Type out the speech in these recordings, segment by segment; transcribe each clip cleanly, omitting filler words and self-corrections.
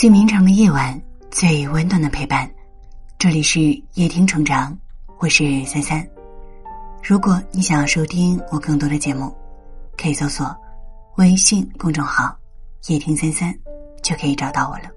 最绵长的夜晚，最温暖的陪伴。这里是夜听成长，我是三三。如果你想要收听我更多的节目，可以搜索微信公众号夜听三三，就可以找到我了。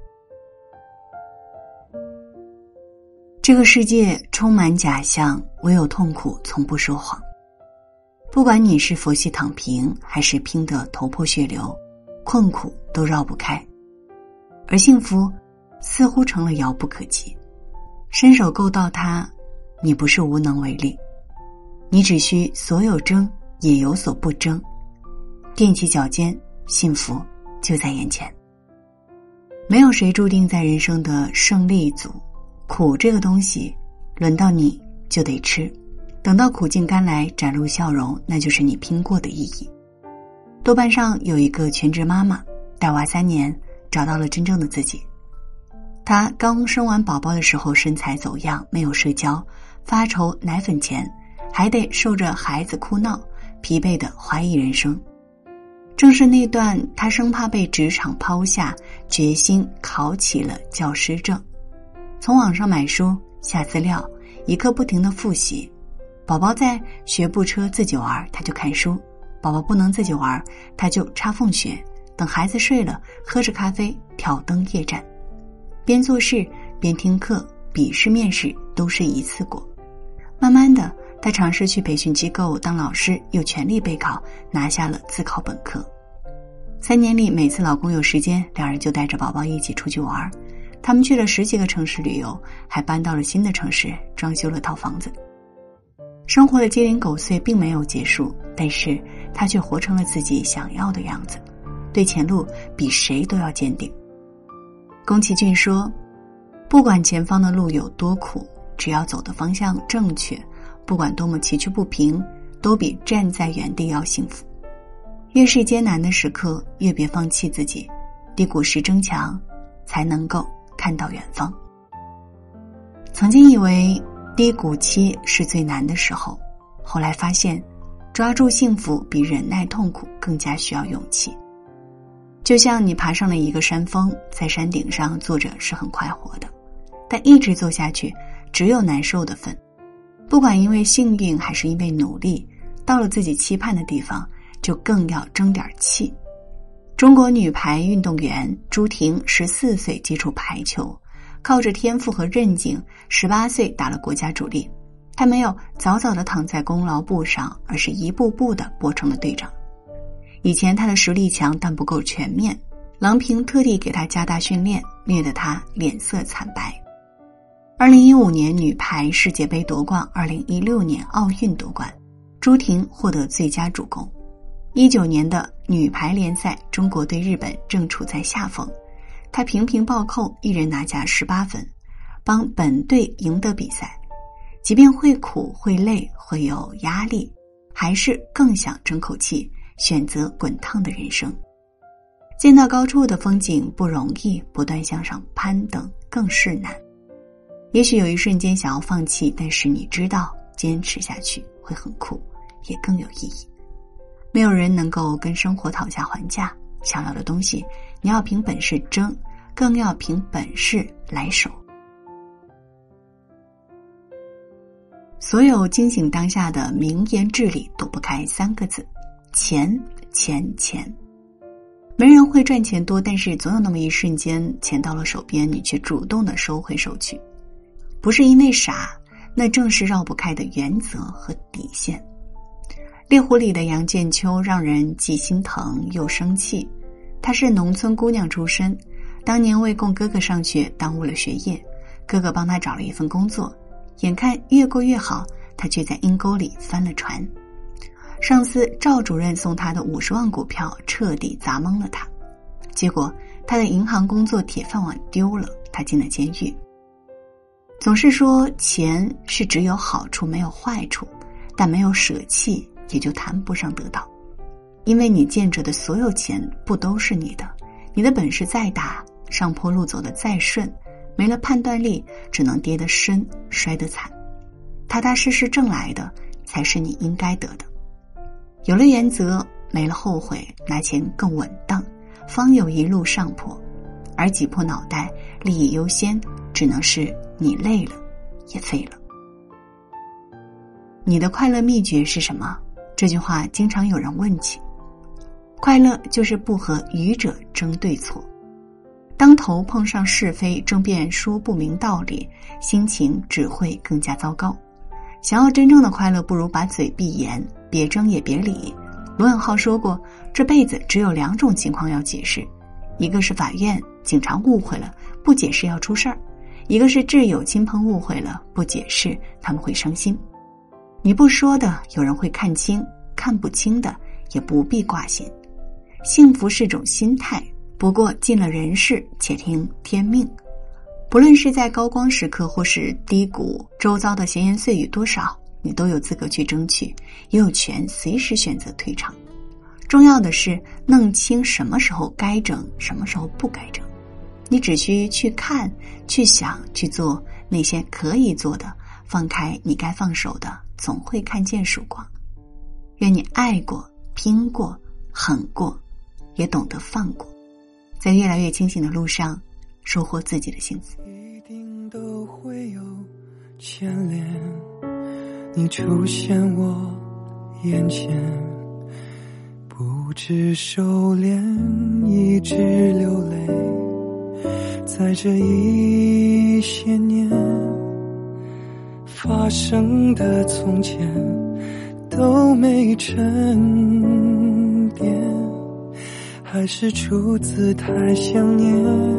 这个世界充满假象，唯有痛苦从不说谎。不管你是佛系躺平，还是拼得头破血流，困苦都绕不开，而幸福似乎成了遥不可及。伸手够到它，你不是无能为力，你只需所有争也有所不争，踮起脚尖，幸福就在眼前。没有谁注定在人生的胜利组，苦这个东西轮到你就得吃，等到苦尽甘来展露笑容，那就是你拼过的意义。豆瓣上有一个全职妈妈，带娃3年，找到了真正的自己。她刚生完宝宝的时候身材走样，没有社交，发愁奶粉钱，还得受着孩子哭闹，疲惫的怀疑人生。正是那段她生怕被职场抛下，决心考起了教师证。从网上买书下资料，一刻不停地复习。宝宝在学步车自己玩，他就看书；宝宝不能自己玩，他就插缝学。等孩子睡了，喝着咖啡挑灯夜战，边做事边听课，笔试面试都是一次过。慢慢的，他尝试去培训机构当老师，又全力备考，拿下了自考本科。3年里，每次老公有时间，两人就带着宝宝一起出去玩。他们去了10几个城市旅游，还搬到了新的城市，装修了套房子。生活的鸡零狗碎并没有结束，但是他却活成了自己想要的样子，对前路比谁都要坚定。宫崎骏说，不管前方的路有多苦，只要走的方向正确，不管多么崎岖不平，都比站在原地要幸福。越是艰难的时刻，越别放弃自己，低谷时争强，才能够看到远方。曾经以为低谷期是最难的时候，后来发现抓住幸福比忍耐痛苦更加需要勇气。就像你爬上了一个山峰，在山顶上坐着是很快活的，但一直走下去只有难受的份。不管因为幸运还是因为努力，到了自己期盼的地方，就更要争点气。中国女排运动员朱婷14岁接触排球，靠着天赋和韧劲，18岁打了国家主力。她没有早早地躺在功劳簿上，而是一步步地剥成了队长。以前她的实力强，但不够全面，郎平特地给她加大训练，虐得她脸色惨白。2015年女排世界杯夺冠，2016年奥运夺冠，朱婷获得最佳主攻。19年的女排联赛，中国对日本正处在下风，她频频暴扣，一人拿下18分，帮本队赢得比赛。即便会苦会累会有压力，还是更想争口气，选择滚烫的人生。见到高处的风景不容易，不断向上攀登更是难。也许有一瞬间想要放弃，但是你知道坚持下去会很酷，也更有意义。没有人能够跟生活讨价还价，想要的东西你要凭本事争，更要凭本事来守。所有惊醒当下的名言至理躲不开3个字：钱钱钱。没人会赚钱多，但是总有那么一瞬间，钱到了手边，你却主动地收回手去。不是因为傻，那正是绕不开的原则和底线。猎狐里的杨剑秋让人既心疼又生气。她是农村姑娘出身，当年为供哥哥上学耽误了学业，哥哥帮她找了一份工作，眼看越过越好，她却在阴沟里翻了船。上司赵主任送她的50万股票彻底砸懵了她，结果她的银行工作铁饭碗丢了，她进了监狱。总是说钱是只有好处没有坏处，但没有舍弃也就谈不上得到。因为你见着的所有钱不都是你的，你的本事再大，上坡路走得再顺，没了判断力，只能跌得深，摔得惨。踏踏实实挣来的才是你应该得的。有了原则，没了后悔，拿钱更稳当，方有一路上坡。 而挤破脑袋利益优先，只能是你累了也废了。你的快乐秘诀是什么？这句话经常有人问起。快乐就是不和愚者争对错。当头碰上是非，争辩说不明道理，心情只会更加糟糕。想要真正的快乐，不如把嘴闭严，别争也别理。罗永浩说过，这辈子只有2种情况要解释，一个是法院警察误会了，不解释要出事儿；一个是挚友亲朋误会了，不解释他们会伤心。你不说的，有人会看清，看不清的也不必挂心。幸福是种心态，不过尽了人事，且听天命。不论是在高光时刻或是低谷，周遭的闲言碎语多少，你都有资格去争取，也有权随时选择退场。重要的是弄清什么时候该争，什么时候不该争。你只需去看，去想，去做那些可以做的，放开你该放手的，总会看见曙光。愿你爱过，拼过，狠过，也懂得放过，在越来越清醒的路上收获自己的幸福。 一定都会有牵连，你出现我眼前，不知收敛，一直流泪，在这一些年发生的从前都没沉淀，还是出自太想念，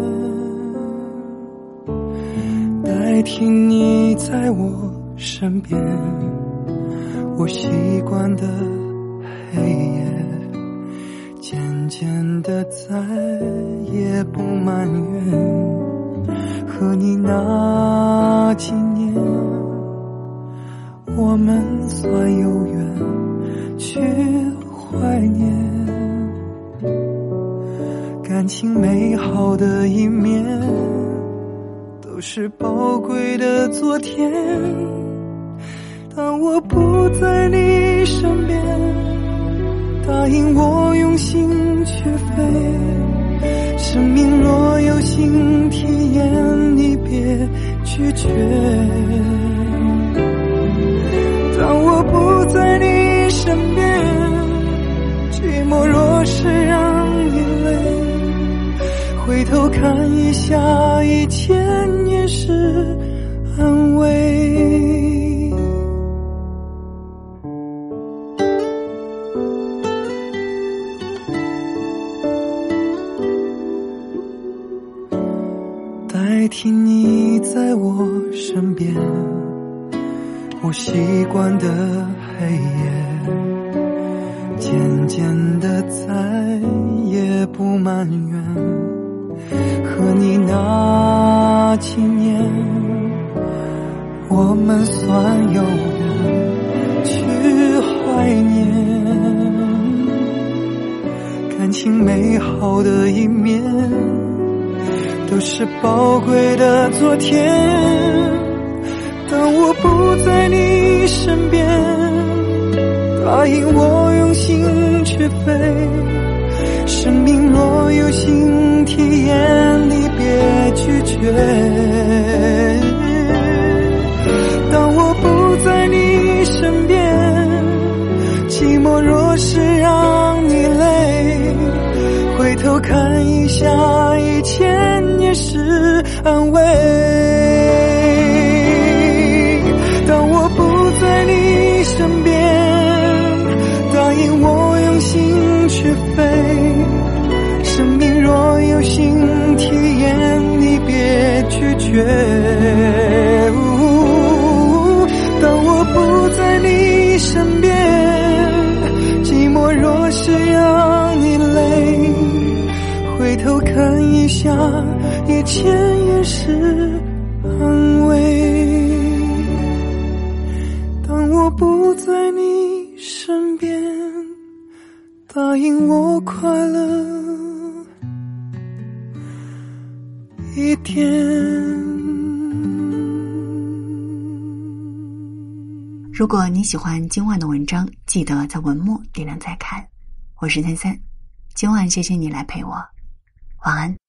代替你在我身边，我习惯的黑夜，渐渐的再也不埋怨，和你那几年我们算有缘，却怀念感情美好的一面，都是宝贵的昨天。当我不在你身边，答应我用心去飞，生命若有新体验，你别拒绝。当我不在你身边，寂寞若是让你累，回头看一下，以前也是安慰。代替你在我身边，我习惯的黑夜，渐渐的再也不埋怨，和你那几年我们算有缘，去怀念感情美好的一面，都是宝贵的昨天。当我不在你身边，答应我用心去飞，生命若有新体验，你别拒绝。当我不在你身边，寂寞若是让你累，回头看一下，以前也是安慰。当我不在你身边，答应我用心去飞，生命若有新体验，你别拒绝。当我不在你身边，寂寞若是让你累，回头看一下，以前也是安慰。当我不在你身边，答应我快乐一点。 如果你喜欢今晚的文章，记得在文末点亮再看。我是33，今晚谢谢你来陪我，晚安。